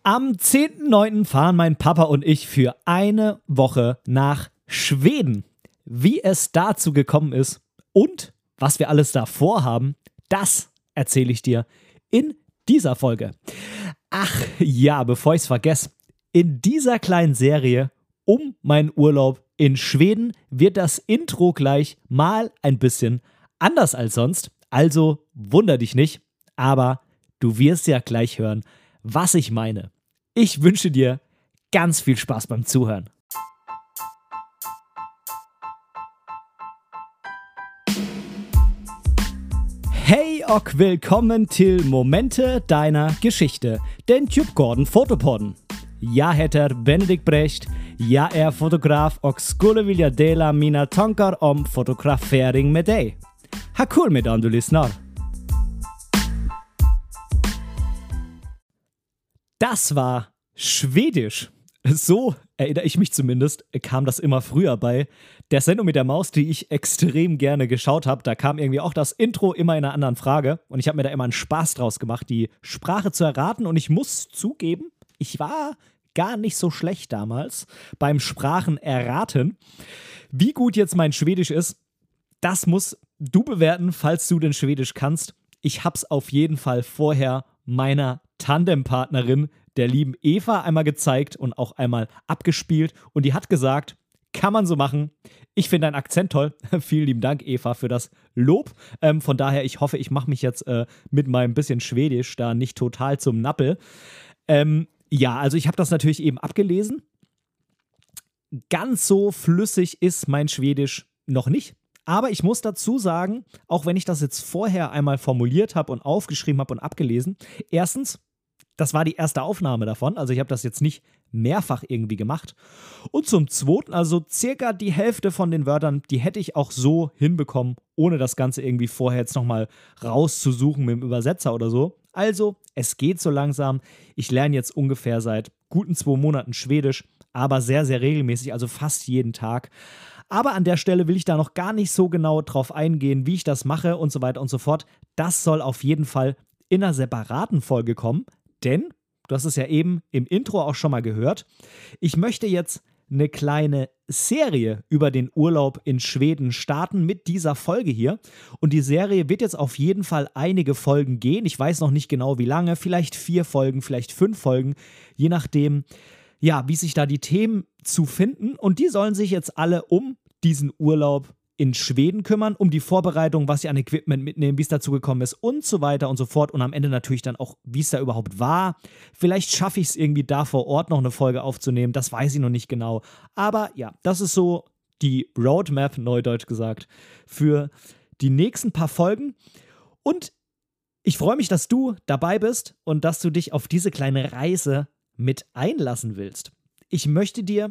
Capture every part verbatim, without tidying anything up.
Am zehnten neunten fahren mein Papa und ich für eine Woche nach Schweden. Wie es dazu gekommen ist und was wir alles da vorhaben, das erzähle ich dir in dieser Folge. Ach ja, bevor ich es vergesse, in dieser kleinen Serie um meinen Urlaub in Schweden wird das Intro gleich mal ein bisschen anders als sonst. Also wunder dich nicht, aber du wirst ja gleich hören, was ich meine. Ich wünsche dir ganz viel Spaß beim Zuhören. Hej och willkommen till Momente deiner Geschichte, den Tjupgården Fotopodden. Jag heter Benedikt Brecht, jag är fotograf och skulle vilja dela mina tankar om fotografering med dig. Ha kul medan du lyssnar. Das war Schwedisch. So erinnere ich mich zumindest, kam das immer früher bei der Sendung mit der Maus, die ich extrem gerne geschaut habe. Da kam irgendwie auch das Intro immer in einer anderen Frage und ich habe mir da immer einen Spaß draus gemacht, die Sprache zu erraten. Und ich muss zugeben, ich war gar nicht so schlecht damals beim Sprachen erraten. Wie gut jetzt mein Schwedisch ist, das musst du bewerten, falls du denn Schwedisch kannst. Ich habe es auf jeden Fall vorher meiner Tandempartnerin, der lieben Eva, einmal gezeigt und auch einmal abgespielt. Und die hat gesagt, kann man so machen. Ich finde deinen Akzent toll. Vielen lieben Dank, Eva, für das Lob. Ähm, von daher, ich hoffe, ich mache mich jetzt äh, mit meinem bisschen Schwedisch da nicht total zum Nappel. Ähm, ja, also ich habe das natürlich eben abgelesen. Ganz so flüssig ist mein Schwedisch noch nicht. Aber ich muss dazu sagen, auch wenn ich das jetzt vorher einmal formuliert habe und aufgeschrieben habe und abgelesen, erstens, das war die erste Aufnahme davon, also ich habe das jetzt nicht mehrfach irgendwie gemacht. Und zum Zweiten, also circa die Hälfte von den Wörtern, die hätte ich auch so hinbekommen, ohne das Ganze irgendwie vorher jetzt nochmal rauszusuchen mit dem Übersetzer oder so. Also, es geht so langsam. Ich lerne jetzt ungefähr seit guten zwei Monaten Schwedisch, aber sehr, sehr regelmäßig, also fast jeden Tag. Aber an der Stelle will ich da noch gar nicht so genau drauf eingehen, wie ich das mache und so weiter und so fort. Das soll auf jeden Fall in einer separaten Folge kommen, denn, du hast es ja eben im Intro auch schon mal gehört, ich möchte jetzt eine kleine Serie über den Urlaub in Schweden starten mit dieser Folge hier. Und die Serie wird jetzt auf jeden Fall einige Folgen gehen. Ich weiß noch nicht genau wie lange, vielleicht vier Folgen, vielleicht fünf Folgen, je nachdem, ja, wie sich da die Themen zu finden. Und die sollen sich jetzt alle um diesen Urlaub in Schweden kümmern, um die Vorbereitung, was sie an Equipment mitnehmen, wie es dazu gekommen ist und so weiter und so fort. Und am Ende natürlich dann auch, wie es da überhaupt war. Vielleicht schaffe ich es irgendwie da vor Ort noch eine Folge aufzunehmen, das weiß ich noch nicht genau. Aber ja, das ist so die Roadmap, neudeutsch gesagt, für die nächsten paar Folgen. Und ich freue mich, dass du dabei bist und dass du dich auf diese kleine Reise mit einlassen willst. Ich möchte dir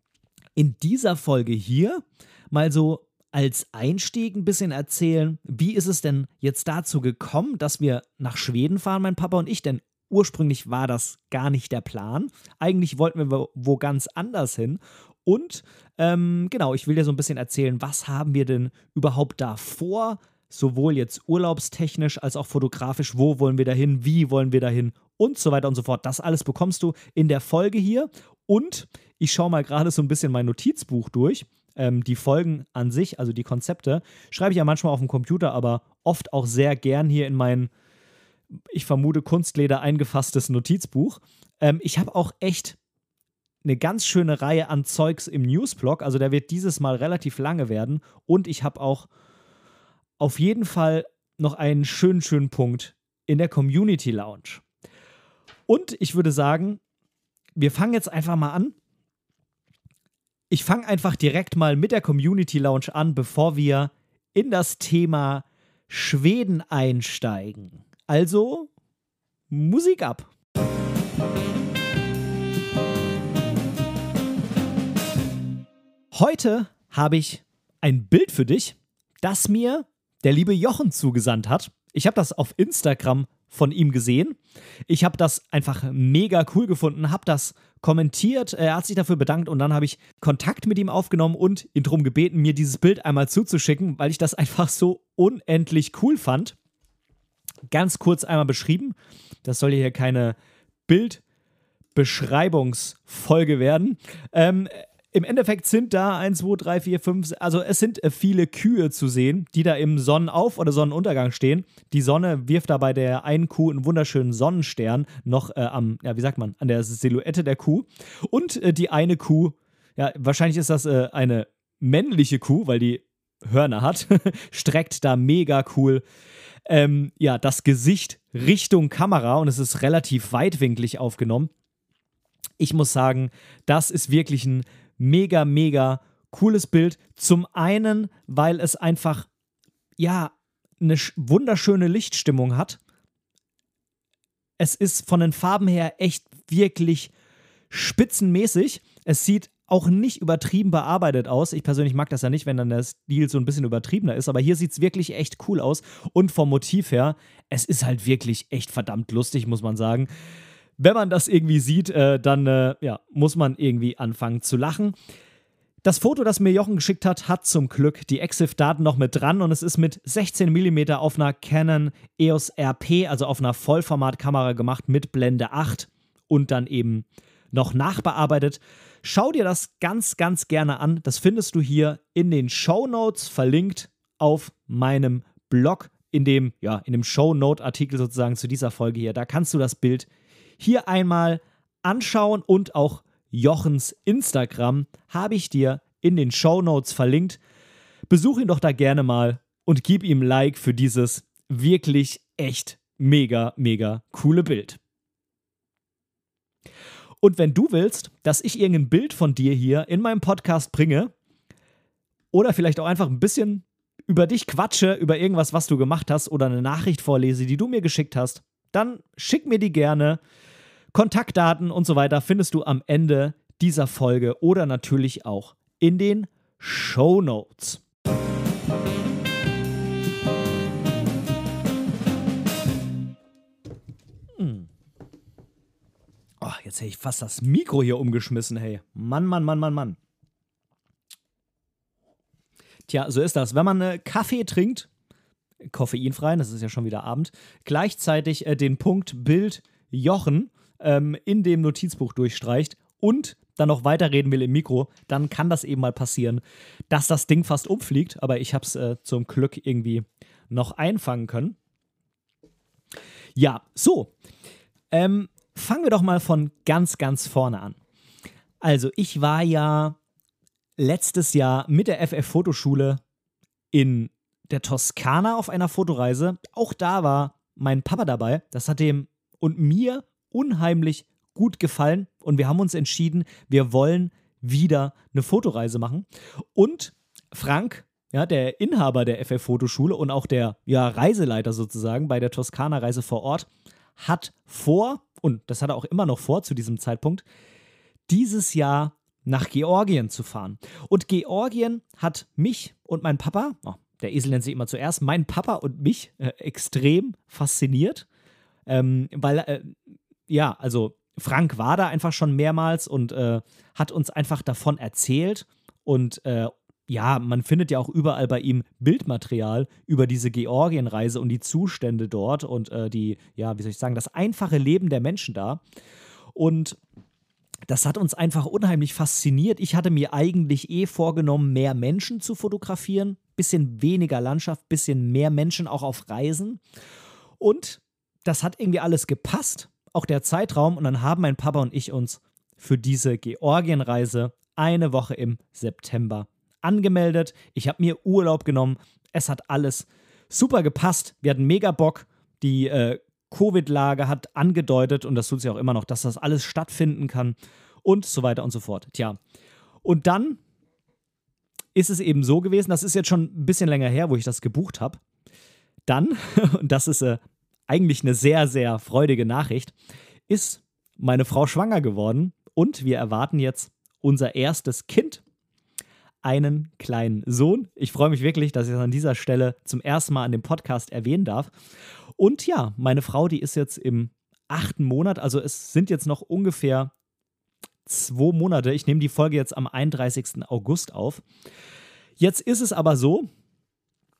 in dieser Folge hier mal so als Einstieg ein bisschen erzählen, wie ist es denn jetzt dazu gekommen, dass wir nach Schweden fahren, mein Papa und ich, denn ursprünglich war das gar nicht der Plan. Eigentlich wollten wir wo, wo ganz anders hin und ähm, genau, ich will dir so ein bisschen erzählen, was haben wir denn überhaupt da vor, sowohl jetzt urlaubstechnisch als auch fotografisch, wo wollen wir dahin, wie wollen wir dahin und so weiter und so fort. Das alles bekommst du in der Folge hier und ich schaue mal gerade so ein bisschen mein Notizbuch durch. Ähm, die Folgen an sich, also die Konzepte, schreibe ich ja manchmal auf dem Computer, aber oft auch sehr gern hier in mein, ich vermute, Kunstleder eingefasstes Notizbuch. Ähm, ich habe auch echt eine ganz schöne Reihe an Zeugs im Newsblog, also der wird dieses Mal relativ lange werden und ich habe auch auf jeden Fall noch einen schönen, schönen Punkt in der Community Lounge. Und ich würde sagen, wir fangen jetzt einfach mal an. Ich fange einfach direkt mal mit der Community Lounge an, bevor wir in das Thema Schweden einsteigen. Also, Musik ab! Heute habe ich ein Bild für dich, das mir der liebe Jochen zugesandt hat. Ich habe das auf Instagram von ihm gesehen. Ich habe das einfach mega cool gefunden, habe das kommentiert, er hat sich dafür bedankt und dann habe ich Kontakt mit ihm aufgenommen und ihn darum gebeten, mir dieses Bild einmal zuzuschicken, weil ich das einfach so unendlich cool fand. Ganz kurz einmal beschrieben, das soll hier keine Bild- Beschreibungsfolge werden. Ähm, Im Endeffekt sind da eins, zwei, drei, vier, fünf, also es sind äh, viele Kühe zu sehen, die da im Sonnenauf- oder Sonnenuntergang stehen. Die Sonne wirft da bei der einen Kuh einen wunderschönen Sonnenstern noch äh, am, ja, wie sagt man, an der Silhouette der Kuh. Und äh, die eine Kuh, ja, wahrscheinlich ist das äh, eine männliche Kuh, weil die Hörner hat, streckt da mega cool ähm, ja, das Gesicht Richtung Kamera und es ist relativ weitwinklig aufgenommen. Ich muss sagen, das ist wirklich ein mega, mega cooles Bild. Zum einen, weil es einfach, ja, eine wunderschöne Lichtstimmung hat. Es ist von den Farben her echt wirklich spitzenmäßig. Es sieht auch nicht übertrieben bearbeitet aus. Ich persönlich mag das ja nicht, wenn dann der Stil so ein bisschen übertriebener ist, aber hier sieht es wirklich echt cool aus. Und vom Motiv her, es ist halt wirklich echt verdammt lustig, muss man sagen. Wenn man das irgendwie sieht, äh, dann äh, ja, muss man irgendwie anfangen zu lachen. Das Foto, das mir Jochen geschickt hat, hat zum Glück die EXIF-Daten noch mit dran und es ist mit sechzehn Millimeter auf einer Canon E O S R P, also auf einer Vollformatkamera gemacht mit Blende acht und dann eben noch nachbearbeitet. Schau dir das ganz, ganz gerne an. Das findest du hier in den Shownotes verlinkt auf meinem Blog, in dem, ja, in dem Shownote-Artikel sozusagen zu dieser Folge hier. Da kannst du das Bild hier einmal anschauen und auch Jochens Instagram habe ich dir in den Shownotes verlinkt. Besuch ihn doch da gerne mal und gib ihm ein Like für dieses wirklich echt mega, mega coole Bild. Und wenn du willst, dass ich irgendein Bild von dir hier in meinem Podcast bringe oder vielleicht auch einfach ein bisschen über dich quatsche, über irgendwas, was du gemacht hast oder eine Nachricht vorlese, die du mir geschickt hast, dann schick mir die gerne. Kontaktdaten und so weiter findest du am Ende dieser Folge oder natürlich auch in den Shownotes. Hm. Oh, jetzt hätte ich fast das Mikro hier umgeschmissen, hey. Mann, Mann, Mann, Mann, Mann. Tja, so ist das. Wenn man äh, Kaffee trinkt, koffeinfrei, das ist ja schon wieder Abend, gleichzeitig äh, den Punkt Bild Jochen ähm, in dem Notizbuch durchstreicht und dann noch weiterreden will im Mikro, dann kann das eben mal passieren, dass das Ding fast umfliegt, aber ich habe es äh, zum Glück irgendwie noch einfangen können. Ja, so. Ähm, fangen wir doch mal von ganz, ganz vorne an. Also ich war ja letztes Jahr mit der F F-Fotoschule in der Toskana auf einer Fotoreise. Auch da war mein Papa dabei. Das hat dem und mir unheimlich gut gefallen und wir haben uns entschieden, wir wollen wieder eine Fotoreise machen. Und Frank, ja, der Inhaber der F F-Fotoschule und auch der ja, Reiseleiter sozusagen bei der Toskana-Reise vor Ort, hat vor, und das hat er auch immer noch vor zu diesem Zeitpunkt, dieses Jahr nach Georgien zu fahren. Und Georgien hat mich und mein Papa, oh, der Esel nennt sich immer zuerst, mein Papa und mich äh, extrem fasziniert, ähm, weil, äh, ja, also Frank war da einfach schon mehrmals und äh, hat uns einfach davon erzählt und äh, ja, man findet ja auch überall bei ihm Bildmaterial über diese Georgienreise und die Zustände dort und äh, die, ja, wie soll ich sagen, das einfache Leben der Menschen da. Und das hat uns einfach unheimlich fasziniert. Ich hatte mir eigentlich eh vorgenommen, mehr Menschen zu fotografieren, bisschen weniger Landschaft, bisschen mehr Menschen auch auf Reisen. Und das hat irgendwie alles gepasst, auch der Zeitraum. Und dann haben mein Papa und ich uns für diese Georgienreise eine Woche im September angemeldet. Ich habe mir Urlaub genommen. Es hat alles super gepasst. Wir hatten mega Bock. Die äh, Covid-Lage hat angedeutet, und das tut sie auch immer noch, dass das alles stattfinden kann und so weiter und so fort. Tja, und dann ist es eben so gewesen, das ist jetzt schon ein bisschen länger her, wo ich das gebucht habe. Dann, und das ist äh, eigentlich eine sehr, sehr freudige Nachricht, ist meine Frau schwanger geworden und wir erwarten jetzt unser erstes Kind. Einen kleinen Sohn. Ich freue mich wirklich, dass ich das an dieser Stelle zum ersten Mal an dem Podcast erwähnen darf. Und ja, meine Frau, die ist jetzt im achten Monat, also es sind jetzt noch ungefähr zwei Monate. Ich nehme die Folge jetzt am einunddreißigsten August auf. Jetzt ist es aber so,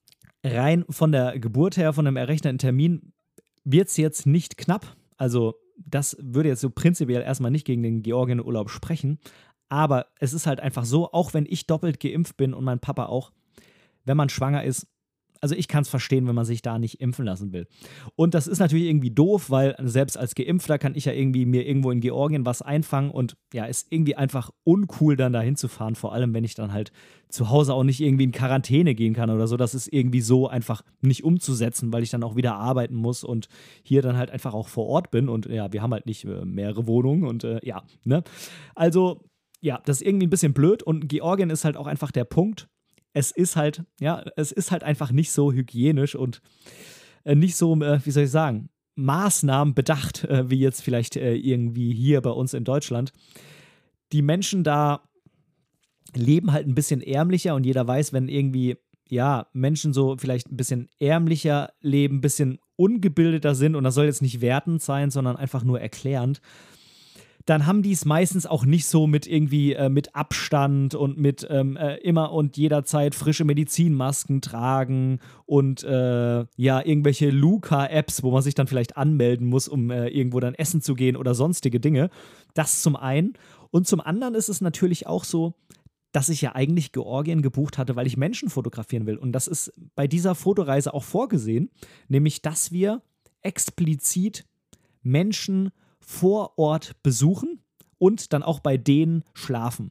rein von der Geburt her, von dem errechneten Termin, wird es jetzt nicht knapp. Also das würde jetzt so prinzipiell erstmal nicht gegen den Georgien-Urlaub sprechen. Aber es ist halt einfach so, auch wenn ich doppelt geimpft bin und mein Papa auch, wenn man schwanger ist, also ich kann es verstehen, wenn man sich da nicht impfen lassen will. Und das ist natürlich irgendwie doof, weil selbst als Geimpfter kann ich ja irgendwie mir irgendwo in Georgien was einfangen und ja, ist irgendwie einfach uncool, dann da hinzufahren, vor allem wenn ich dann halt zu Hause auch nicht irgendwie in Quarantäne gehen kann oder so. Das ist irgendwie so einfach nicht umzusetzen, weil ich dann auch wieder arbeiten muss und hier dann halt einfach auch vor Ort bin und ja, wir haben halt nicht äh, mehrere Wohnungen und äh, ja, ne? Also ja, das ist irgendwie ein bisschen blöd und Georgien ist halt auch einfach der Punkt. Es ist halt, ja, es ist halt einfach nicht so hygienisch und äh, nicht so, äh, wie soll ich sagen, Maßnahmen bedacht, äh, wie jetzt vielleicht äh, irgendwie hier bei uns in Deutschland. Die Menschen da leben halt ein bisschen ärmlicher und jeder weiß, wenn irgendwie, ja, Menschen so vielleicht ein bisschen ärmlicher leben, ein bisschen ungebildeter sind und das soll jetzt nicht wertend sein, sondern einfach nur erklärend, dann haben die es meistens auch nicht so mit irgendwie äh, mit Abstand und mit ähm, äh, immer und jederzeit frische Medizinmasken tragen und äh, ja, irgendwelche Luca-Apps, wo man sich dann vielleicht anmelden muss, um äh, irgendwo dann essen zu gehen oder sonstige Dinge. Das zum einen. Und zum anderen ist es natürlich auch so, dass ich ja eigentlich Georgien gebucht hatte, weil ich Menschen fotografieren will. Und das ist bei dieser Fotoreise auch vorgesehen, nämlich dass wir explizit Menschen vor Ort besuchen und dann auch bei denen schlafen.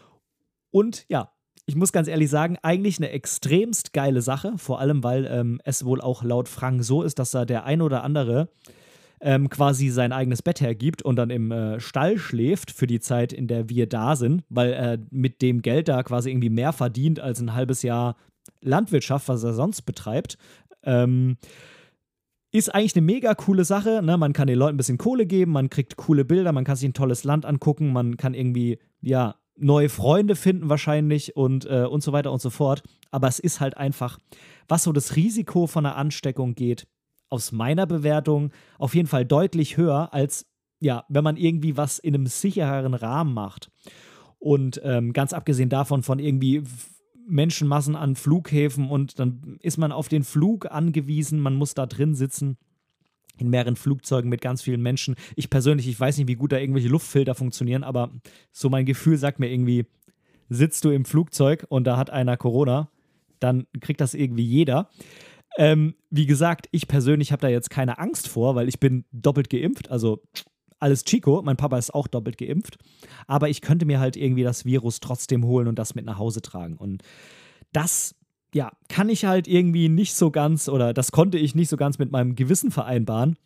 Und ja, ich muss ganz ehrlich sagen, eigentlich eine extremst geile Sache, vor allem weil ähm, es wohl auch laut Frank so ist, dass da der ein oder andere ähm, quasi sein eigenes Bett hergibt und dann im äh, Stall schläft für die Zeit, in der wir da sind, weil er mit dem Geld da quasi irgendwie mehr verdient als ein halbes Jahr Landwirtschaft, was er sonst betreibt. Ähm, Ist eigentlich eine mega coole Sache, ne? Man kann den Leuten ein bisschen Kohle geben, man kriegt coole Bilder, man kann sich ein tolles Land angucken, man kann irgendwie, ja, neue Freunde finden wahrscheinlich und, äh, und so weiter und so fort. Aber es ist halt einfach, was so das Risiko von einer Ansteckung geht, aus meiner Bewertung auf jeden Fall deutlich höher, als, ja, wenn man irgendwie was in einem sichereren Rahmen macht. Und ähm, ganz abgesehen davon von irgendwie Menschenmassen an Flughäfen und dann ist man auf den Flug angewiesen, man muss da drin sitzen in mehreren Flugzeugen mit ganz vielen Menschen. Ich persönlich, ich weiß nicht, wie gut da irgendwelche Luftfilter funktionieren, aber so mein Gefühl sagt mir irgendwie, sitzt du im Flugzeug und da hat einer Corona, dann kriegt das irgendwie jeder. Ähm, wie gesagt, ich persönlich habe da jetzt keine Angst vor, weil ich bin doppelt geimpft, also alles Chico, mein Papa ist auch doppelt geimpft, aber ich könnte mir halt irgendwie das Virus trotzdem holen und das mit nach Hause tragen. Und das, ja, kann ich halt irgendwie nicht so ganz oder das konnte ich nicht so ganz mit meinem Gewissen vereinbaren.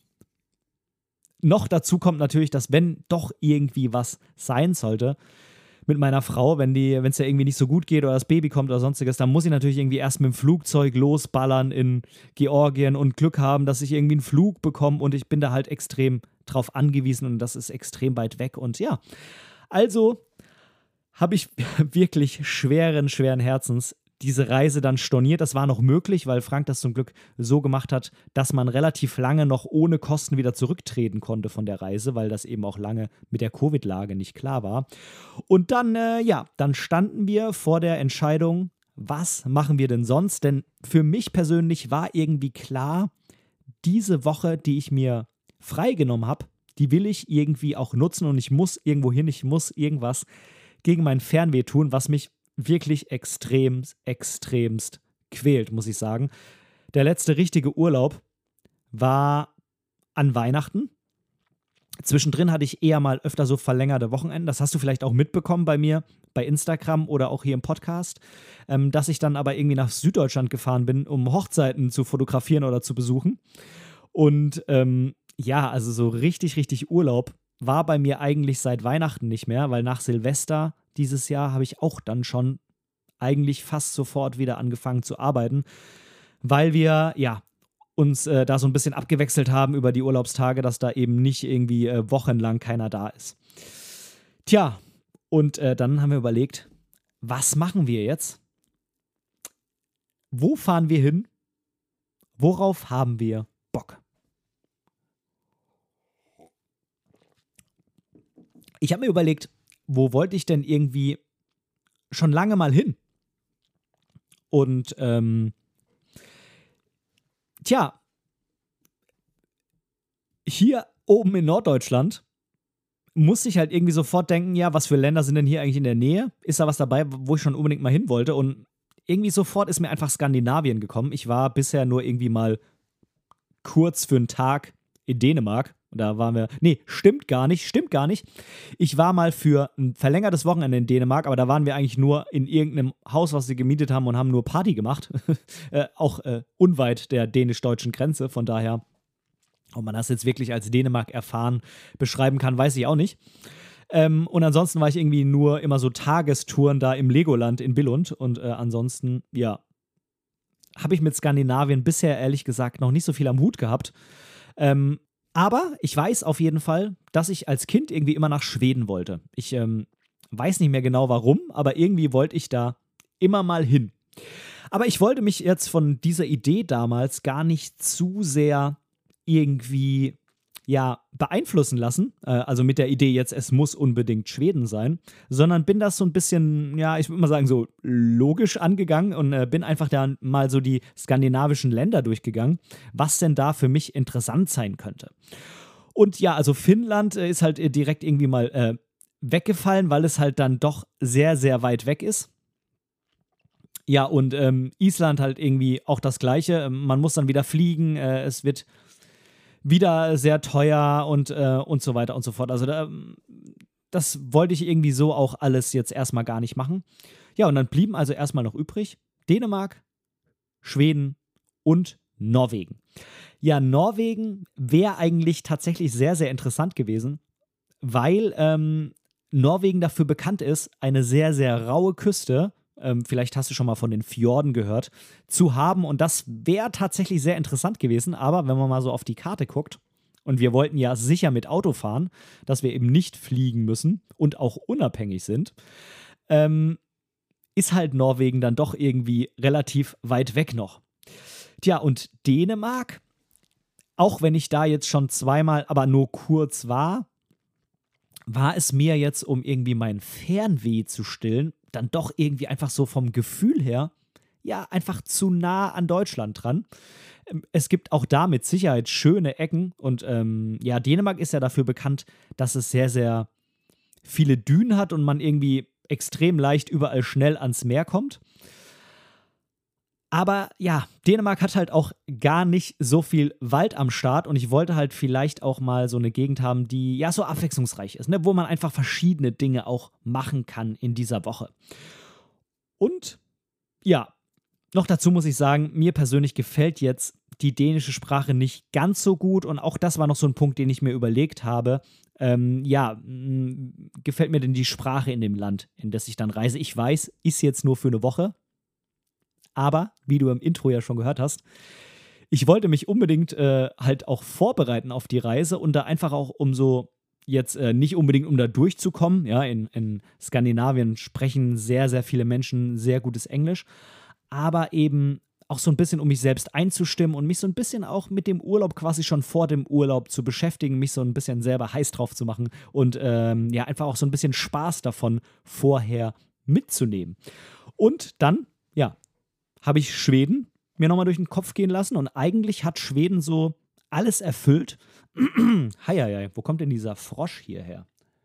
Noch dazu kommt natürlich, dass wenn doch irgendwie was sein sollte mit meiner Frau, wenn die, wenn es ja irgendwie nicht so gut geht oder das Baby kommt oder sonstiges, dann muss ich natürlich irgendwie erst mit dem Flugzeug losballern in Georgien und Glück haben, dass ich irgendwie einen Flug bekomme und ich bin da halt extrem drauf angewiesen und das ist extrem weit weg und ja, also habe ich wirklich schweren, schweren Herzens diese Reise dann storniert. Das war noch möglich, weil Frank das zum Glück so gemacht hat, dass man relativ lange noch ohne Kosten wieder zurücktreten konnte von der Reise, weil das eben auch lange mit der Covid-Lage nicht klar war. Und dann, äh, ja, dann standen wir vor der Entscheidung, was machen wir denn sonst? Denn für mich persönlich war irgendwie klar, diese Woche, die ich mir freigenommen habe, die will ich irgendwie auch nutzen und ich muss irgendwo hin, ich muss irgendwas gegen mein Fernweh tun, was mich wirklich extremst, extremst quält, muss ich sagen. Der letzte richtige Urlaub war an Weihnachten. Zwischendrin hatte ich eher mal öfter so verlängerte Wochenenden. Das hast du vielleicht auch mitbekommen bei mir, bei Instagram oder auch hier im Podcast, ähm, dass ich dann aber irgendwie nach Süddeutschland gefahren bin, um Hochzeiten zu fotografieren oder zu besuchen. Und ähm, ja, also so richtig, richtig Urlaub war bei mir eigentlich seit Weihnachten nicht mehr, weil nach Silvester dieses Jahr habe ich auch dann schon eigentlich fast sofort wieder angefangen zu arbeiten, weil wir, ja, uns äh, da so ein bisschen abgewechselt haben über die Urlaubstage, dass da eben nicht irgendwie äh, wochenlang keiner da ist. Tja, und äh, dann haben wir überlegt, was machen wir jetzt? Wo fahren wir hin? Worauf haben wir Bock? Ich habe mir überlegt, wo wollte ich denn irgendwie schon lange mal hin? Und ähm, tja, hier oben in Norddeutschland musste ich halt irgendwie sofort denken, ja, was für Länder sind denn hier eigentlich in der Nähe? Ist da was dabei, wo ich schon unbedingt mal hin wollte? Und irgendwie sofort ist mir einfach Skandinavien gekommen. Ich war bisher nur irgendwie mal kurz für einen Tag in Dänemark. Und da waren wir, nee, stimmt gar nicht, stimmt gar nicht. Ich war mal für ein verlängertes Wochenende in Dänemark, aber da waren wir eigentlich nur in irgendeinem Haus, was wir gemietet haben und haben nur Party gemacht. äh, auch äh, unweit der dänisch-deutschen Grenze, von daher, ob man das jetzt wirklich als Dänemark erfahren beschreiben kann, weiß ich auch nicht. Ähm, und ansonsten war ich irgendwie nur immer so Tagestouren da im Legoland in Billund und äh, ansonsten, ja, habe ich mit Skandinavien bisher ehrlich gesagt noch nicht so viel am Hut gehabt. Ähm, aber ich weiß auf jeden Fall, dass ich als Kind irgendwie immer nach Schweden wollte. Ich ähm, weiß nicht mehr genau warum, aber irgendwie wollte ich da immer mal hin. Aber ich wollte mich jetzt von dieser Idee damals gar nicht zu sehr irgendwie, ja, beeinflussen lassen, äh, also mit der Idee jetzt, es muss unbedingt Schweden sein, sondern bin das so ein bisschen, ja, ich würde mal sagen, so logisch angegangen und äh, bin einfach da mal so die skandinavischen Länder durchgegangen, was denn da für mich interessant sein könnte. Und ja, also Finnland äh, ist halt äh, direkt irgendwie mal äh, weggefallen, weil es halt dann doch sehr, sehr weit weg ist. Ja, und ähm, Island halt irgendwie auch das Gleiche. Man muss dann wieder fliegen, äh, es wird wieder sehr teuer und, äh, und so weiter und so fort. Also da, das wollte ich irgendwie so auch alles jetzt erstmal gar nicht machen. Ja, und dann blieben also erstmal noch übrig Dänemark, Schweden und Norwegen. Ja, Norwegen wäre eigentlich tatsächlich sehr, sehr interessant gewesen, weil ähm, Norwegen dafür bekannt ist, eine sehr, sehr raue Küste, ähm, vielleicht hast du schon mal von den Fjorden gehört, zu haben. Und das wäre tatsächlich sehr interessant gewesen. Aber wenn man mal so auf die Karte guckt, und wir wollten ja sicher mit Auto fahren, dass wir eben nicht fliegen müssen und auch unabhängig sind, ähm, ist halt Norwegen dann doch irgendwie relativ weit weg noch. Tja, und Dänemark, auch wenn ich da jetzt schon zweimal, aber nur kurz war, war es mir jetzt, um irgendwie mein Fernweh zu stillen, dann doch irgendwie einfach so vom Gefühl her, ja, einfach zu nah an Deutschland dran. Es gibt auch da mit Sicherheit schöne Ecken und ähm, ja, Dänemark ist ja dafür bekannt, dass es sehr, sehr viele Dünen hat und man irgendwie extrem leicht überall schnell ans Meer kommt. Aber ja, Dänemark hat halt auch gar nicht so viel Wald am Start und ich wollte halt vielleicht auch mal so eine Gegend haben, die ja so abwechslungsreich ist, ne? Wo man einfach verschiedene Dinge auch machen kann in dieser Woche. Und ja, noch dazu muss ich sagen, mir persönlich gefällt jetzt die dänische Sprache nicht ganz so gut und auch das war noch so ein Punkt, den ich mir überlegt habe. Ähm, ja, mh, gefällt mir denn die Sprache in dem Land, in das ich dann reise? Ich weiß, ist jetzt nur für eine Woche. Aber, wie du im Intro ja schon gehört hast, ich wollte mich unbedingt äh, halt auch vorbereiten auf die Reise und da einfach auch um so jetzt äh, nicht unbedingt um da durchzukommen. Ja, in, in Skandinavien sprechen sehr, sehr viele Menschen sehr gutes Englisch, aber eben auch so ein bisschen, um mich selbst einzustimmen und mich so ein bisschen auch mit dem Urlaub quasi schon vor dem Urlaub zu beschäftigen, mich so ein bisschen selber heiß drauf zu machen und ähm, ja, einfach auch so ein bisschen Spaß davon vorher mitzunehmen. Und dann, ja, habe ich Schweden mir nochmal durch den Kopf gehen lassen und eigentlich hat Schweden so alles erfüllt. Heieiei, wo kommt denn dieser Frosch hierher?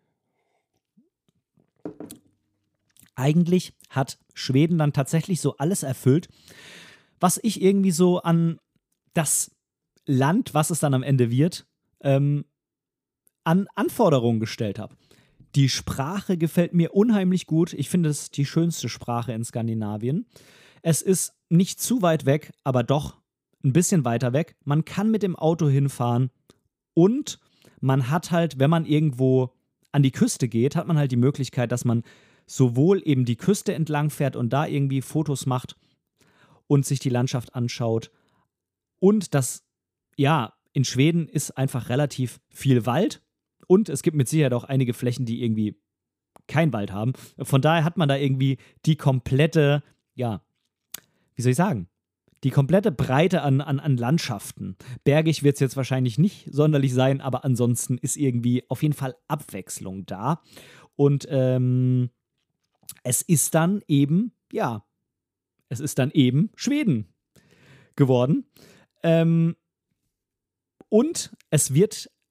Eigentlich hat Schweden dann tatsächlich so alles erfüllt, was ich irgendwie so an das Land, was es dann am Ende wird, ähm, an Anforderungen gestellt habe. Die Sprache gefällt mir unheimlich gut. Ich finde es die schönste Sprache in Skandinavien. Es ist nicht zu weit weg, aber doch ein bisschen weiter weg. Man kann mit dem Auto hinfahren und man hat halt, wenn man irgendwo an die Küste geht, hat man halt die Möglichkeit, dass man sowohl eben die Küste entlang fährt und da irgendwie Fotos macht und sich die Landschaft anschaut. Und das, ja, in Schweden ist einfach relativ viel Wald und es gibt mit Sicherheit auch einige Flächen, die irgendwie kein Wald haben. Von daher hat man da irgendwie die komplette, ja, wie soll ich sagen, die komplette Breite an, an, an Landschaften. Bergig wird es jetzt wahrscheinlich nicht sonderlich sein, aber ansonsten ist irgendwie auf jeden Fall Abwechslung da. Und ähm, es ist dann eben, ja, es ist dann eben Schweden geworden. Ähm, und es wird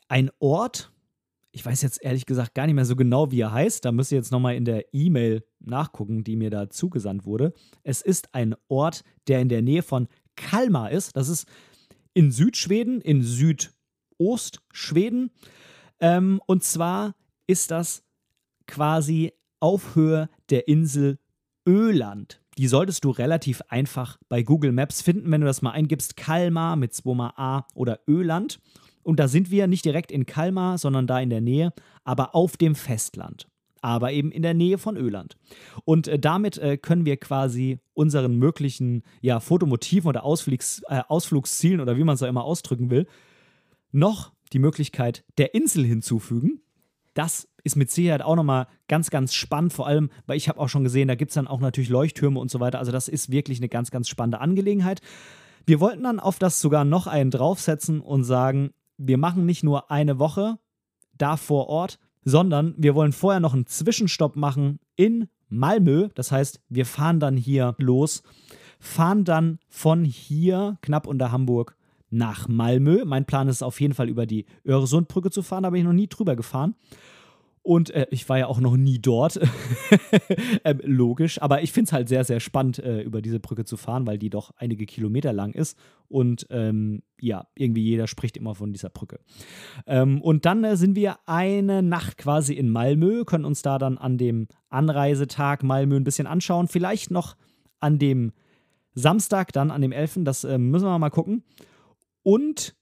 ein Ort, ich weiß jetzt ehrlich gesagt gar nicht mehr so genau, wie er heißt. Da müsst ihr jetzt nochmal in der E-Mail nachgucken, die mir da zugesandt wurde. Es ist ein Ort, der in der Nähe von Kalmar ist. Das ist in Südschweden, in Südostschweden. Ähm, und zwar ist das quasi auf Höhe der Insel Öland. Die solltest du relativ einfach bei Google Maps finden, wenn du das mal eingibst. Kalmar mit zweimal A oder Öland. Und da sind wir nicht direkt in Kalmar, sondern da in der Nähe, aber auf dem Festland. Aber eben in der Nähe von Öland. Und äh, damit äh, können wir quasi unseren möglichen ja, Fotomotiven oder Ausflugs, äh, Ausflugszielen oder wie man es auch immer ausdrücken will, noch die Möglichkeit der Insel hinzufügen. Das ist mit Sicherheit auch nochmal ganz, ganz spannend, vor allem, weil ich habe auch schon gesehen, da gibt es dann auch natürlich Leuchttürme und so weiter. Also das ist wirklich eine ganz, ganz spannende Angelegenheit. Wir wollten dann auf das sogar noch einen draufsetzen und sagen, wir machen nicht nur eine Woche da vor Ort, sondern wir wollen vorher noch einen Zwischenstopp machen in Malmö. Das heißt, wir fahren dann hier los, fahren dann von hier knapp unter Hamburg nach Malmö. Mein Plan ist auf jeden Fall über die Öresundbrücke zu fahren, da bin ich noch nie drüber gefahren. Und äh, ich war ja auch noch nie dort, ähm, logisch. Aber ich finde es halt sehr, sehr spannend, äh, über diese Brücke zu fahren, weil die doch einige Kilometer lang ist. Und ähm, ja, irgendwie jeder spricht immer von dieser Brücke. Ähm, und dann äh, sind wir eine Nacht quasi in Malmö, können uns da dann an dem Anreisetag Malmö ein bisschen anschauen. Vielleicht noch an dem Samstag, dann an dem elften Das äh, müssen wir mal gucken. Und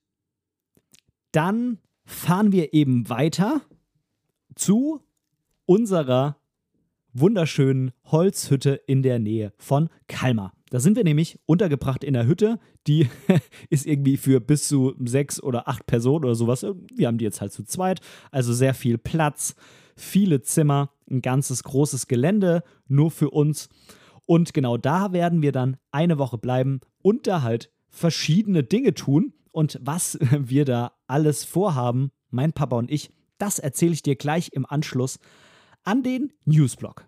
dann fahren wir eben weiter zu unserer wunderschönen Holzhütte in der Nähe von Kalmar. Da sind wir nämlich untergebracht in der Hütte, die ist irgendwie für bis zu sechs oder acht Personen oder sowas. Wir haben die jetzt halt zu zweit, also sehr viel Platz, viele Zimmer, ein ganzes großes Gelände nur für uns. Und genau da werden wir dann eine Woche bleiben und da halt verschiedene Dinge tun. Und was wir da alles vorhaben, mein Papa und ich, das erzähle ich dir gleich im Anschluss an den Newsblog.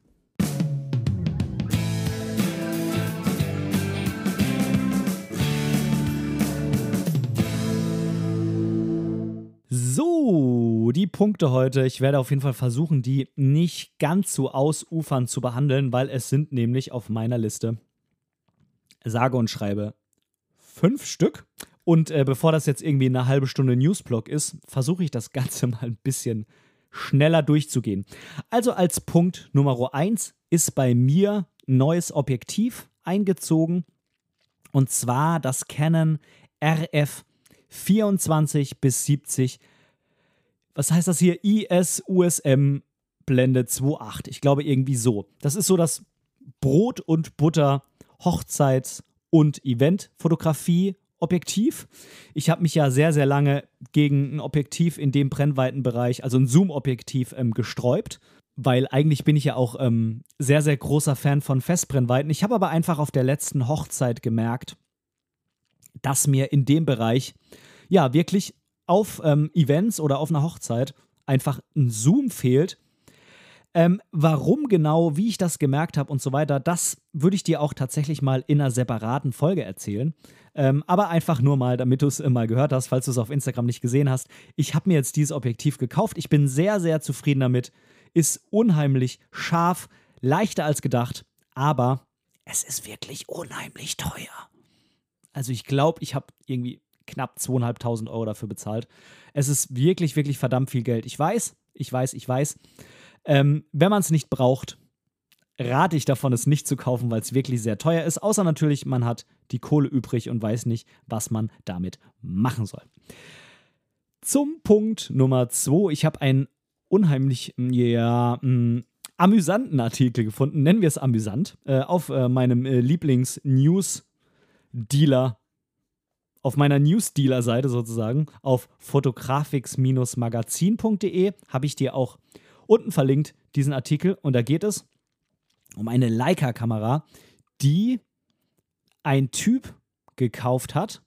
So, die Punkte heute. Ich werde auf jeden Fall versuchen, die nicht ganz so ausufernd zu behandeln, weil es sind nämlich auf meiner Liste sage und schreibe fünf Stück. Und äh, bevor das jetzt irgendwie eine halbe Stunde Newsblog ist, versuche ich das Ganze mal ein bisschen schneller durchzugehen. Also als Punkt Nummer eins ist bei mir ein neues Objektiv eingezogen. Und zwar das Canon R F vierundzwanzig bis siebzig. Was heißt das hier? I S U S M Blende zwei Komma acht. Ich glaube irgendwie so. Das ist so das Brot- und Butter Hochzeits- und Eventfotografie Objektiv. Ich habe mich ja sehr, sehr lange gegen ein Objektiv in dem Brennweitenbereich, also ein Zoom-Objektiv, ähm, gesträubt, weil eigentlich bin ich ja auch ähm, sehr, sehr großer Fan von Festbrennweiten. Ich habe aber einfach auf der letzten Hochzeit gemerkt, dass mir in dem Bereich ja wirklich auf ähm, Events oder auf einer Hochzeit einfach ein Zoom fehlt. Ähm, warum genau, wie ich das gemerkt habe und so weiter, das würde ich dir auch tatsächlich mal in einer separaten Folge erzählen. Ähm, aber einfach nur mal, damit du es mal gehört hast, falls du es auf Instagram nicht gesehen hast. Ich habe mir jetzt dieses Objektiv gekauft. Ich bin sehr, sehr zufrieden damit. Ist unheimlich scharf, leichter als gedacht, aber es ist wirklich unheimlich teuer. Also ich glaube, ich habe irgendwie knapp zweitausendfünfhundert Euro dafür bezahlt. Es ist wirklich, wirklich verdammt viel Geld. Ich weiß, ich weiß, ich weiß. Ähm, wenn man es nicht braucht, rate ich davon, es nicht zu kaufen, weil es wirklich sehr teuer ist. Außer natürlich, man hat die Kohle übrig und weiß nicht, was man damit machen soll. Zum Punkt Nummer zwei. Ich habe einen unheimlich, ja, mh, amüsanten Artikel gefunden. Nennen wir es amüsant. Äh, auf äh, meinem äh, Lieblings-News-Dealer, auf meiner News-Dealer-Seite sozusagen, auf photographics Magazin punkt de habe ich dir auch unten verlinkt diesen Artikel und da geht es um eine Leica-Kamera, die ein Typ gekauft hat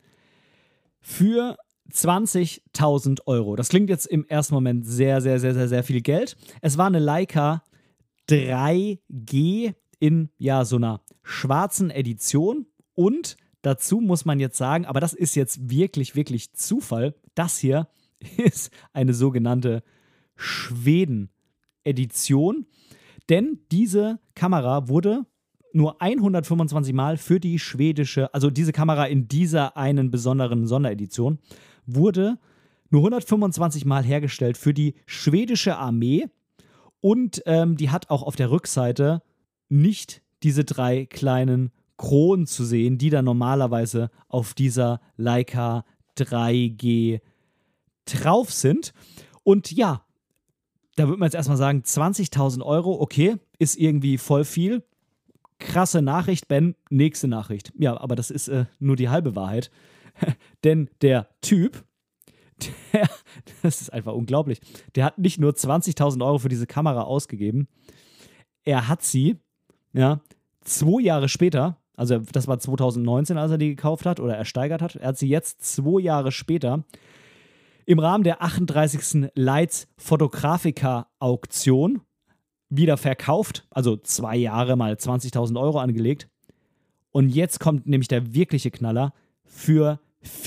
für zwanzigtausend Euro. Das klingt jetzt im ersten Moment sehr, sehr, sehr, sehr, sehr viel Geld. Es war eine Leica drei G in ja so einer schwarzen Edition und dazu muss man jetzt sagen, aber das ist jetzt wirklich, wirklich Zufall, das hier ist eine sogenannte Schweden-Edition, denn diese Kamera wurde nur hundertfünfundzwanzig Mal für die schwedische, also diese Kamera in dieser einen besonderen Sonderedition, wurde nur hundertfünfundzwanzig Mal hergestellt für die schwedische Armee und ähm, die hat auch auf der Rückseite nicht diese drei kleinen Kronen zu sehen, die da normalerweise auf dieser Leica drei G drauf sind. Und ja, da würde man jetzt erstmal sagen, zwanzigtausend Euro, okay, ist irgendwie voll viel. Krasse Nachricht, Ben, nächste Nachricht. Ja, aber das ist äh, nur die halbe Wahrheit. Denn der Typ, der, das ist einfach unglaublich, der hat nicht nur zwanzigtausend Euro für diese Kamera ausgegeben, er hat sie, ja, zwei Jahre später, also das war zweitausendneunzehn, als er die gekauft hat oder ersteigert hat, er hat sie jetzt zwei Jahre später im Rahmen der achtunddreißigsten Lights Photographica Auktion wieder verkauft, also zwei Jahre mal zwanzigtausend Euro angelegt. Und jetzt kommt nämlich der wirkliche Knaller für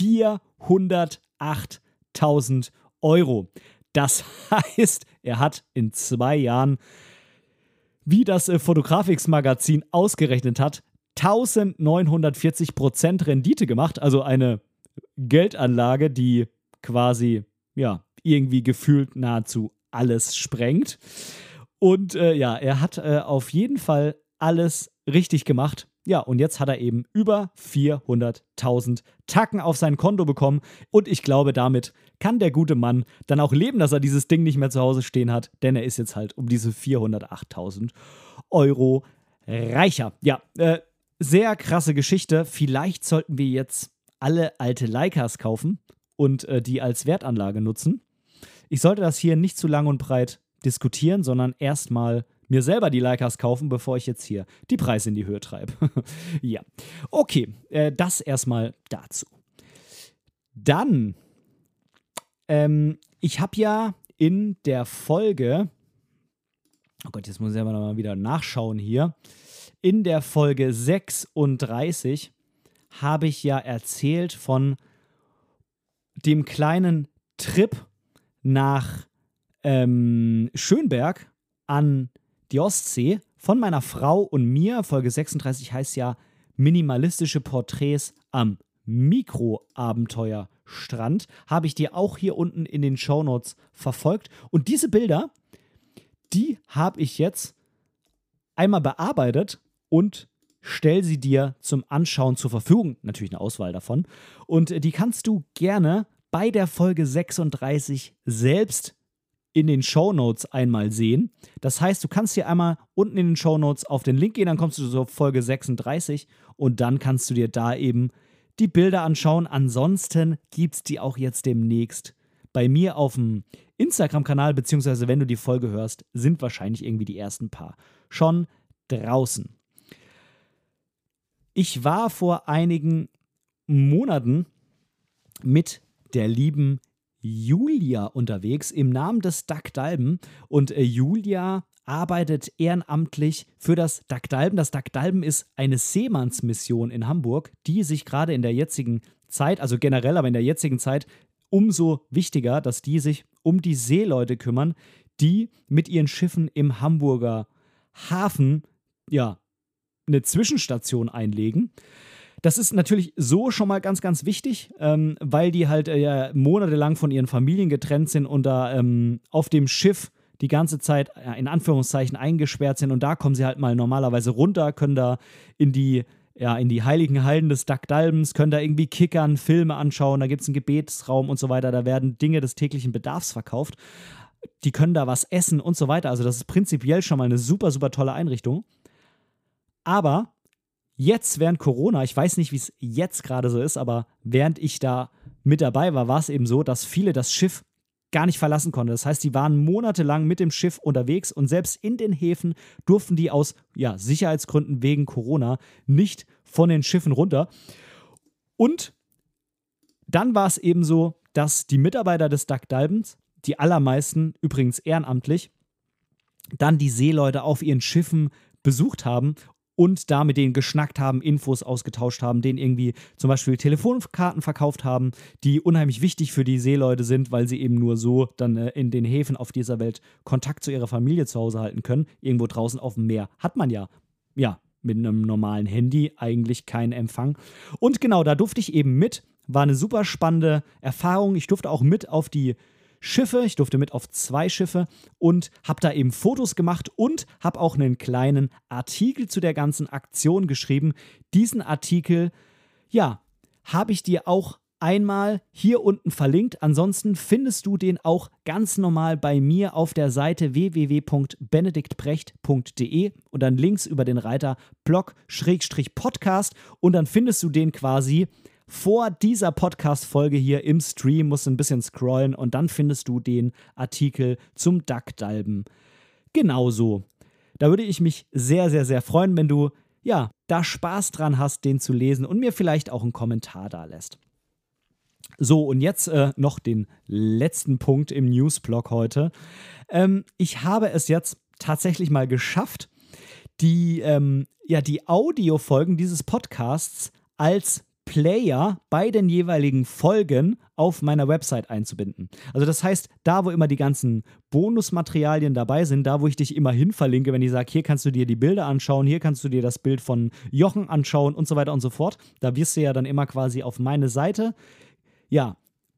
vierhundertachttausend Euro. Das heißt, er hat in zwei Jahren, wie das äh, Photographics Magazin ausgerechnet hat, neunzehnhundertvierzig Prozent Rendite gemacht. Also eine Geldanlage, die quasi, ja, irgendwie gefühlt nahezu alles sprengt. Und äh, ja, er hat äh, auf jeden Fall alles richtig gemacht. Ja, und jetzt hat er eben über vierhunderttausend Tacken auf sein Konto bekommen. Und ich glaube, damit kann der gute Mann dann auch leben, dass er dieses Ding nicht mehr zu Hause stehen hat. Denn er ist jetzt halt um diese vierhundertachttausend Euro reicher. Ja, äh, sehr krasse Geschichte. Vielleicht sollten wir jetzt alle alte Leicas kaufen und äh, die als Wertanlage nutzen. Ich sollte das hier nicht zu lang und breit diskutieren, sondern erstmal mir selber die Leicas kaufen, bevor ich jetzt hier die Preise in die Höhe treibe. Ja, okay, äh, das erstmal dazu. Dann, ähm, ich habe ja in der Folge, oh Gott, jetzt muss ich aber noch mal wieder nachschauen hier, in der Folge sechsunddreißig habe ich ja erzählt von dem kleinen Trip nach ähm, Schönberg an die Ostsee von meiner Frau und mir. Folge sechsunddreißig heißt ja minimalistische Porträts am Mikroabenteuerstrand. Habe ich dir auch hier unten in den Shownotes verfolgt. Und diese Bilder, die habe ich jetzt einmal bearbeitet und stell sie dir zum Anschauen zur Verfügung. Natürlich eine Auswahl davon. Und die kannst du gerne bei der Folge sechsunddreißig selbst in den Shownotes einmal sehen. Das heißt, du kannst hier einmal unten in den Shownotes auf den Link gehen, dann kommst du zur Folge sechsunddreißig und dann kannst du dir da eben die Bilder anschauen. Ansonsten gibt es die auch jetzt demnächst bei mir auf dem Instagram-Kanal, beziehungsweise wenn du die Folge hörst, sind wahrscheinlich irgendwie die ersten paar schon draußen. Ich war vor einigen Monaten mit der lieben Julia unterwegs im Namen des Dagdalben und äh, Julia arbeitet ehrenamtlich für das Dagdalben. Das Dagdalben ist eine Seemannsmission in Hamburg, die sich gerade in der jetzigen Zeit, also generell, aber in der jetzigen Zeit umso wichtiger, dass die sich um die Seeleute kümmern, die mit ihren Schiffen im Hamburger Hafen, ja, eine Zwischenstation einlegen. Das ist natürlich so schon mal ganz, ganz wichtig, ähm, weil die halt äh, monatelang von ihren Familien getrennt sind und da ähm, auf dem Schiff die ganze Zeit äh, in Anführungszeichen eingesperrt sind. Und da kommen sie halt mal normalerweise runter, können da in die, ja, in die heiligen Hallen des Dagdalbens, können da irgendwie kickern, Filme anschauen, da gibt es einen Gebetsraum und so weiter, da werden Dinge des täglichen Bedarfs verkauft. Die können da was essen und so weiter. Also das ist prinzipiell schon mal eine super, super tolle Einrichtung. Aber jetzt während Corona, ich weiß nicht, wie es jetzt gerade so ist, aber während ich da mit dabei war, war es eben so, dass viele das Schiff gar nicht verlassen konnten. Das heißt, die waren monatelang mit dem Schiff unterwegs und selbst in den Häfen durften die aus ja, Sicherheitsgründen wegen Corona nicht von den Schiffen runter. Und dann war es eben so, dass die Mitarbeiter des Dagdalbens, die allermeisten übrigens ehrenamtlich, dann die Seeleute auf ihren Schiffen besucht haben und da mit denen geschnackt haben, Infos ausgetauscht haben, denen irgendwie zum Beispiel Telefonkarten verkauft haben, die unheimlich wichtig für die Seeleute sind, weil sie eben nur so dann äh, in den Häfen auf dieser Welt Kontakt zu ihrer Familie zu Hause halten können. Irgendwo draußen auf dem Meer hat man ja, ja, mit einem normalen Handy eigentlich keinen Empfang. Und genau, da durfte ich eben mit. War eine super spannende Erfahrung. Ich durfte auch mit auf die Schiffe, ich durfte mit auf zwei Schiffe und habe da eben Fotos gemacht und habe auch einen kleinen Artikel zu der ganzen Aktion geschrieben. Diesen Artikel, ja, habe ich dir auch einmal hier unten verlinkt. Ansonsten findest du den auch ganz normal bei mir auf der Seite w w w punkt benediktbrecht punkt d e und dann links über den Reiter Blog-Podcast und dann findest du den quasi vor dieser Podcast-Folge hier im Stream, musst du ein bisschen scrollen und dann findest du den Artikel zum Duckdalben. Genauso. Da würde ich mich sehr, sehr, sehr freuen, wenn du, ja, da Spaß dran hast, den zu lesen und mir vielleicht auch einen Kommentar da lässt. So, und jetzt äh, noch den letzten Punkt im Newsblog heute. Ähm, ich habe es jetzt tatsächlich mal geschafft, die, ähm, ja, die Audiofolgen dieses Podcasts als Player bei den jeweiligen Folgen auf meiner Website einzubinden. Also das heißt, da wo immer die ganzen Bonusmaterialien dabei sind, da wo ich dich immer hin verlinke, wenn ich sage, hier kannst du dir die Bilder anschauen, hier kannst du dir das Bild von Jochen anschauen und so weiter und so fort, da wirst du ja dann immer quasi auf meine Seite, ja,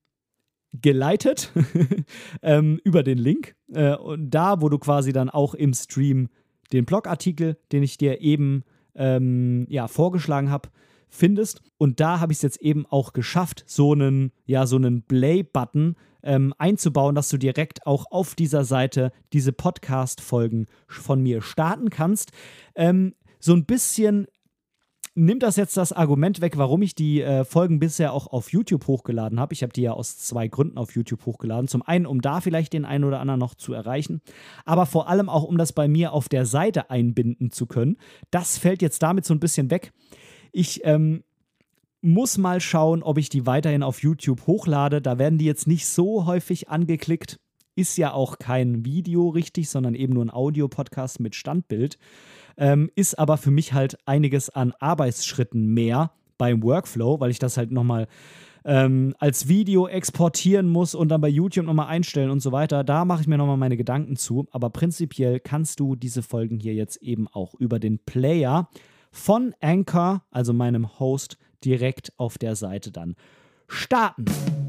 geleitet ähm, über den Link. Äh, und da, wo du quasi dann auch im Stream den Blogartikel, den ich dir eben ähm, ja, vorgeschlagen habe, findest. Und da habe ich es jetzt eben auch geschafft, so einen, ja, so einen Play-Button ähm, einzubauen, dass du direkt auch auf dieser Seite diese Podcast-Folgen von mir starten kannst. Ähm, so ein bisschen nimmt das jetzt das Argument weg, warum ich die äh, Folgen bisher auch auf YouTube hochgeladen habe. Ich habe die ja aus zwei Gründen auf YouTube hochgeladen. Zum einen, um da vielleicht den einen oder anderen noch zu erreichen, aber vor allem auch, um das bei mir auf der Seite einbinden zu können. Das fällt jetzt damit so ein bisschen weg. Ich ähm, muss mal schauen, ob ich die weiterhin auf YouTube hochlade. Da werden die jetzt nicht so häufig angeklickt. Ist ja auch kein Video richtig, sondern eben nur ein Audio-Podcast mit Standbild. Ähm, ist aber für mich halt einiges an Arbeitsschritten mehr beim Workflow, weil ich das halt nochmal ähm, als Video exportieren muss und dann bei YouTube nochmal einstellen und so weiter. Da mache ich mir nochmal meine Gedanken zu. Aber prinzipiell kannst du diese Folgen hier jetzt eben auch über den Player von Anchor, also meinem Host, direkt auf der Seite dann starten.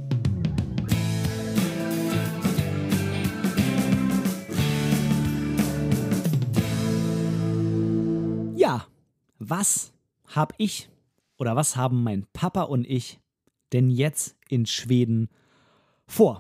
Ja, was habe ich oder was haben mein Papa und ich denn jetzt in Schweden vor?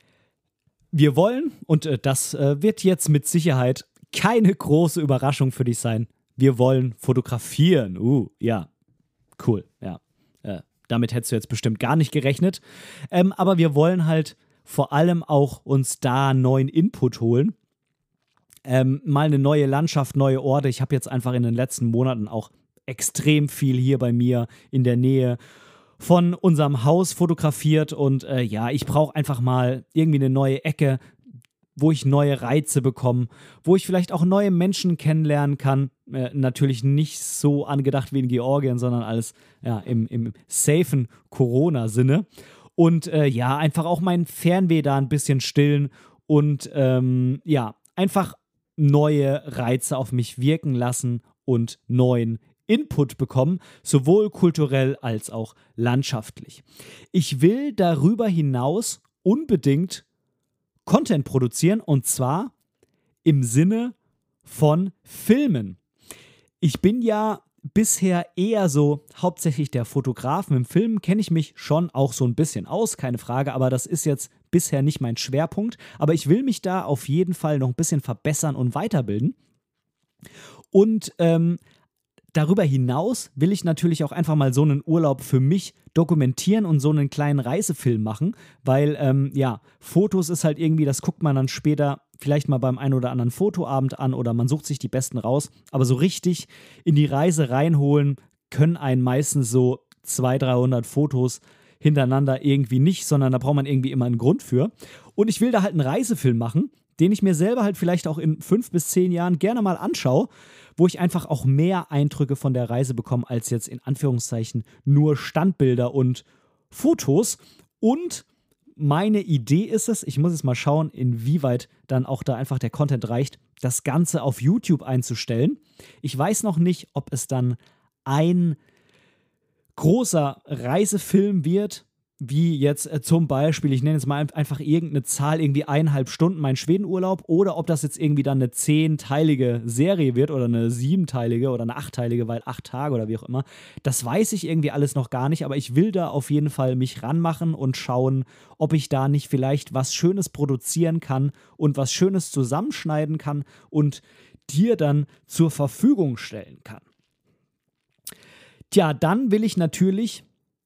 Wir wollen, und äh, das äh, wird jetzt mit Sicherheit keine große Überraschung für dich sein, wir wollen fotografieren. Uh, ja, cool, ja. Äh, damit hättest du jetzt bestimmt gar nicht gerechnet. Ähm, aber wir wollen halt vor allem auch uns da neuen Input holen. Ähm, mal eine neue Landschaft, neue Orte. Ich habe jetzt einfach in den letzten Monaten auch extrem viel hier bei mir in der Nähe von unserem Haus fotografiert. Und äh, ja, ich brauche einfach mal irgendwie eine neue Ecke, wo ich neue Reize bekomme, wo ich vielleicht auch neue Menschen kennenlernen kann. Äh, natürlich nicht so angedacht wie in Georgien, sondern alles ja, im, im safen Corona-Sinne. Und äh, ja, einfach auch mein Fernweh da ein bisschen stillen und ähm, ja, einfach neue Reize auf mich wirken lassen und neuen Input bekommen, sowohl kulturell als auch landschaftlich. Ich will darüber hinaus unbedingt Content produzieren und zwar im Sinne von Filmen. Ich bin ja bisher eher so hauptsächlich der Fotograf. Im Film kenne ich mich schon auch so ein bisschen aus, keine Frage, aber das ist jetzt bisher nicht mein Schwerpunkt. Aber ich will mich da auf jeden Fall noch ein bisschen verbessern und weiterbilden. Und ähm, darüber hinaus will ich natürlich auch einfach mal so einen Urlaub für mich dokumentieren und so einen kleinen Reisefilm machen, weil, ähm, ja, Fotos ist halt irgendwie, das guckt man dann später vielleicht mal beim einen oder anderen Fotoabend an oder man sucht sich die besten raus, aber so richtig in die Reise reinholen können einen meistens so zweihundert, dreihundert Fotos hintereinander irgendwie nicht, sondern da braucht man irgendwie immer einen Grund für. Und ich will da halt einen Reisefilm machen, den ich mir selber halt vielleicht auch in fünf bis zehn Jahren gerne mal anschaue, wo ich einfach auch mehr Eindrücke von der Reise bekomme, als jetzt in Anführungszeichen nur Standbilder und Fotos. Und meine Idee ist es, ich muss jetzt mal schauen, inwieweit dann auch da einfach der Content reicht, das Ganze auf YouTube einzustellen. Ich weiß noch nicht, ob es dann ein großer Reisefilm wird, wie jetzt äh, zum Beispiel, ich nenne jetzt mal einfach irgendeine Zahl, irgendwie eineinhalb Stunden mein Schwedenurlaub, oder ob das jetzt irgendwie dann eine zehnteilige Serie wird oder eine siebenteilige oder eine achtteilige, weil acht Tage oder wie auch immer. Das weiß ich irgendwie alles noch gar nicht, aber ich will da auf jeden Fall mich ranmachen und schauen, ob ich da nicht vielleicht was Schönes produzieren kann und was Schönes zusammenschneiden kann und dir dann zur Verfügung stellen kann. Tja, dann will ich natürlich,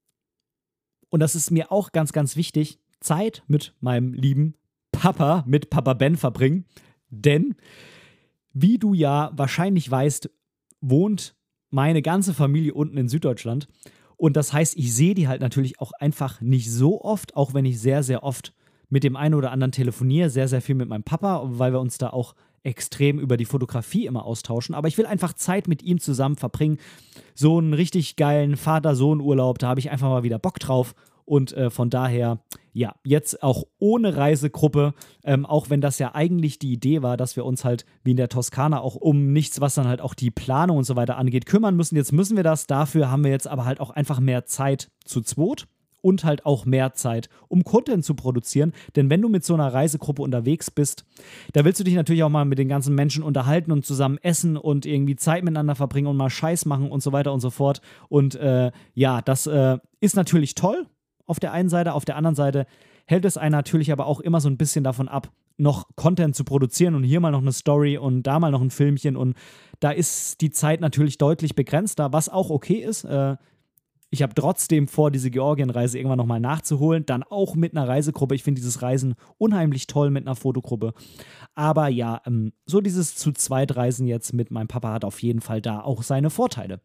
und das ist mir auch ganz, ganz wichtig, Zeit mit meinem lieben Papa, mit Papa Ben verbringen. Denn, wie du ja wahrscheinlich weißt, wohnt meine ganze Familie unten in Süddeutschland. Und das heißt, ich sehe die halt natürlich auch einfach nicht so oft, auch wenn ich sehr, sehr oft mit dem einen oder anderen telefoniere, sehr, sehr viel mit meinem Papa, weil wir uns da auch extrem über die Fotografie immer austauschen. Aber ich will einfach Zeit mit ihm zusammen verbringen. So einen richtig geilen Vater-Sohn-Urlaub, da habe ich einfach mal wieder Bock drauf. Und äh, von daher, ja, jetzt auch ohne Reisegruppe, ähm, auch wenn das ja eigentlich die Idee war, dass wir uns halt wie in der Toskana auch um nichts, was dann halt auch die Planung und so weiter angeht, kümmern müssen. Jetzt müssen wir das. Dafür haben wir jetzt aber halt auch einfach mehr Zeit zu zweit. Und halt auch mehr Zeit, um Content zu produzieren. Denn wenn du mit so einer Reisegruppe unterwegs bist, da willst du dich natürlich auch mal mit den ganzen Menschen unterhalten und zusammen essen und irgendwie Zeit miteinander verbringen und mal Scheiß machen und so weiter und so fort. Und äh, ja, das äh, ist natürlich toll auf der einen Seite. Auf der anderen Seite hält es einen natürlich aber auch immer so ein bisschen davon ab, noch Content zu produzieren und hier mal noch eine Story und da mal noch ein Filmchen. Und da ist die Zeit natürlich deutlich begrenzter, was auch okay ist. Äh, Ich habe trotzdem vor, diese Georgien-Reise irgendwann nochmal nachzuholen. Dann auch mit einer Reisegruppe. Ich finde dieses Reisen unheimlich toll mit einer Fotogruppe. Aber ja, ähm, so dieses zu zweit Reisen jetzt mit meinem Papa hat auf jeden Fall da auch seine Vorteile.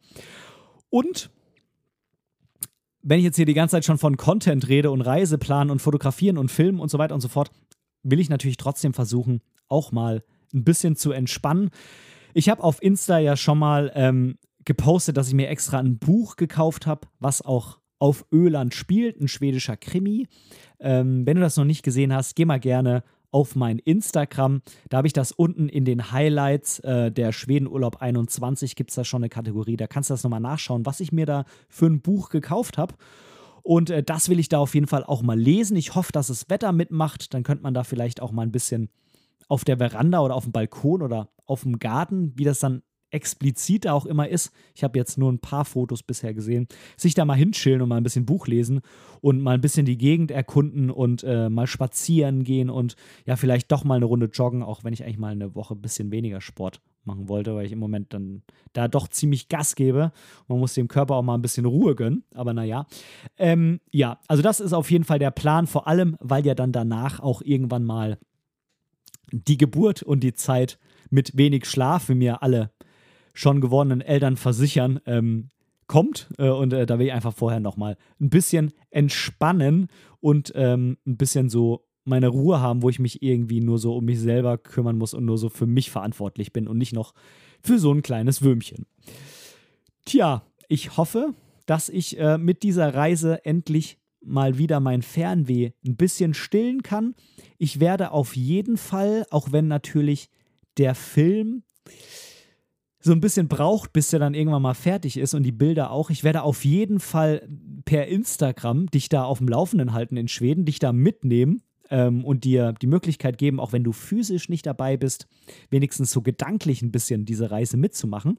Und wenn ich jetzt hier die ganze Zeit schon von Content rede und Reiseplan und Fotografieren und Filmen und so weiter und so fort, will ich natürlich trotzdem versuchen, auch mal ein bisschen zu entspannen. Ich habe auf Insta ja schon mal ähm, gepostet, dass ich mir extra ein Buch gekauft habe, was auch auf Öland spielt, ein schwedischer Krimi. Ähm, wenn du das noch nicht gesehen hast, geh mal gerne auf mein Instagram. Da habe ich das unten in den Highlights äh, der Schwedenurlaub einundzwanzig, gibt es da schon eine Kategorie, da kannst du das nochmal nachschauen, was ich mir da für ein Buch gekauft habe. Und äh, das will ich da auf jeden Fall auch mal lesen. Ich hoffe, dass das Wetter mitmacht. Dann könnte man da vielleicht auch mal ein bisschen auf der Veranda oder auf dem Balkon oder auf dem Garten, wie das dann explizit auch immer ist, ich habe jetzt nur ein paar Fotos bisher gesehen, sich da mal hinchillen und mal ein bisschen Buch lesen und mal ein bisschen die Gegend erkunden und äh, mal spazieren gehen und ja, vielleicht doch mal eine Runde joggen, auch wenn ich eigentlich mal eine Woche ein bisschen weniger Sport machen wollte, weil ich im Moment dann da doch ziemlich Gas gebe. Man muss dem Körper auch mal ein bisschen Ruhe gönnen, aber naja. Ähm, ja, also das ist auf jeden Fall der Plan, vor allem, weil ja dann danach auch irgendwann mal die Geburt und die Zeit mit wenig Schlaf, wie mir alle schon gewordenen Eltern versichern, ähm, kommt. Äh, und äh, da will ich einfach vorher nochmal ein bisschen entspannen und ähm, ein bisschen so meine Ruhe haben, wo ich mich irgendwie nur so um mich selber kümmern muss und nur so für mich verantwortlich bin und nicht noch für so ein kleines Würmchen. Tja, ich hoffe, dass ich äh, mit dieser Reise endlich mal wieder mein Fernweh ein bisschen stillen kann. Ich werde auf jeden Fall, auch wenn natürlich der Film so ein bisschen braucht, bis der dann irgendwann mal fertig ist und die Bilder auch. Ich werde auf jeden Fall per Instagram dich da auf dem Laufenden halten in Schweden, dich da mitnehmen ähm, und dir die Möglichkeit geben, auch wenn du physisch nicht dabei bist, wenigstens so gedanklich ein bisschen diese Reise mitzumachen.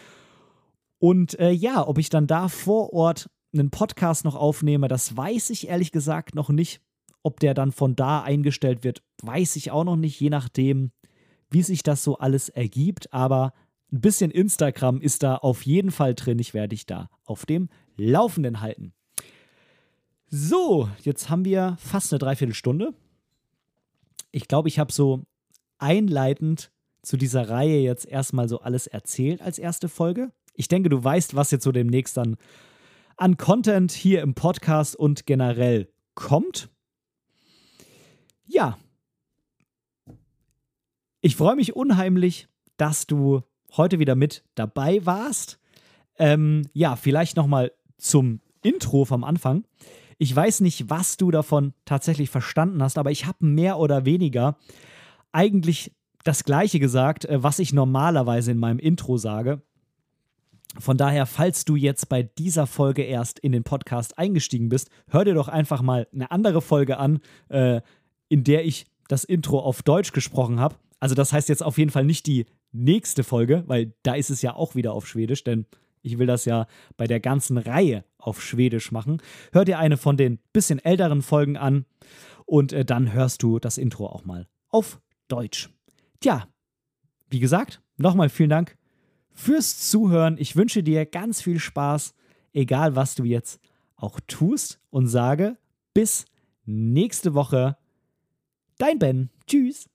Und äh, ja, ob ich dann da vor Ort einen Podcast noch aufnehme, das weiß ich ehrlich gesagt noch nicht. Ob der dann von da eingestellt wird, weiß ich auch noch nicht, je nachdem, wie sich das so alles ergibt. Aber ein bisschen Instagram ist da auf jeden Fall drin. Ich werde dich da auf dem Laufenden halten. So, jetzt haben wir fast eine Dreiviertelstunde. Ich glaube, ich habe so einleitend zu dieser Reihe jetzt erstmal so alles erzählt als erste Folge. Ich denke, du weißt, was jetzt so demnächst dann an Content hier im Podcast und generell kommt. Ja, Ich freue mich unheimlich, dass du heute wieder mit dabei warst. Ähm, ja, vielleicht nochmal zum Intro vom Anfang. Ich weiß nicht, was du davon tatsächlich verstanden hast, aber ich habe mehr oder weniger eigentlich das Gleiche gesagt, was ich normalerweise in meinem Intro sage. Von daher, falls du jetzt bei dieser Folge erst in den Podcast eingestiegen bist, hör dir doch einfach mal eine andere Folge an, äh, in der ich das Intro auf Deutsch gesprochen habe. Also das heißt jetzt auf jeden Fall nicht die nächste Folge, weil da ist es ja auch wieder auf Schwedisch, denn ich will das ja bei der ganzen Reihe auf Schwedisch machen. Hör dir eine von den bisschen älteren Folgen an und äh, dann hörst du das Intro auch mal auf Deutsch. Tja, wie gesagt, nochmal vielen Dank fürs Zuhören. Ich wünsche dir ganz viel Spaß, egal was du jetzt auch tust, und sage bis nächste Woche. Dein Ben. Tschüss.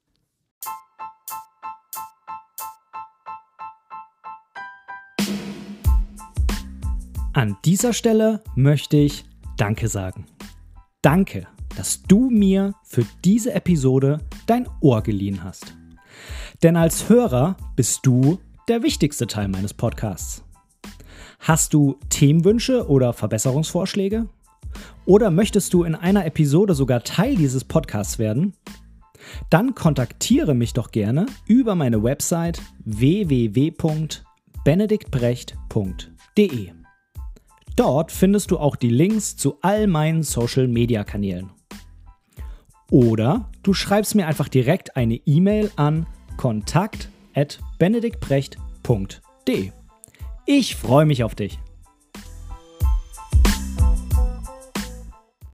An dieser Stelle möchte ich Danke sagen. Danke, dass du mir für diese Episode dein Ohr geliehen hast. Denn als Hörer bist du der wichtigste Teil meines Podcasts. Hast du Themenwünsche oder Verbesserungsvorschläge? Oder möchtest du in einer Episode sogar Teil dieses Podcasts werden? Dann kontaktiere mich doch gerne über meine Website w w w punkt benediktbrecht punkt d e. Dort findest du auch die Links zu all meinen Social-Media-Kanälen. Oder du schreibst mir einfach direkt eine E-Mail an kontakt at benediktbrecht punkt d e. Ich freue mich auf dich.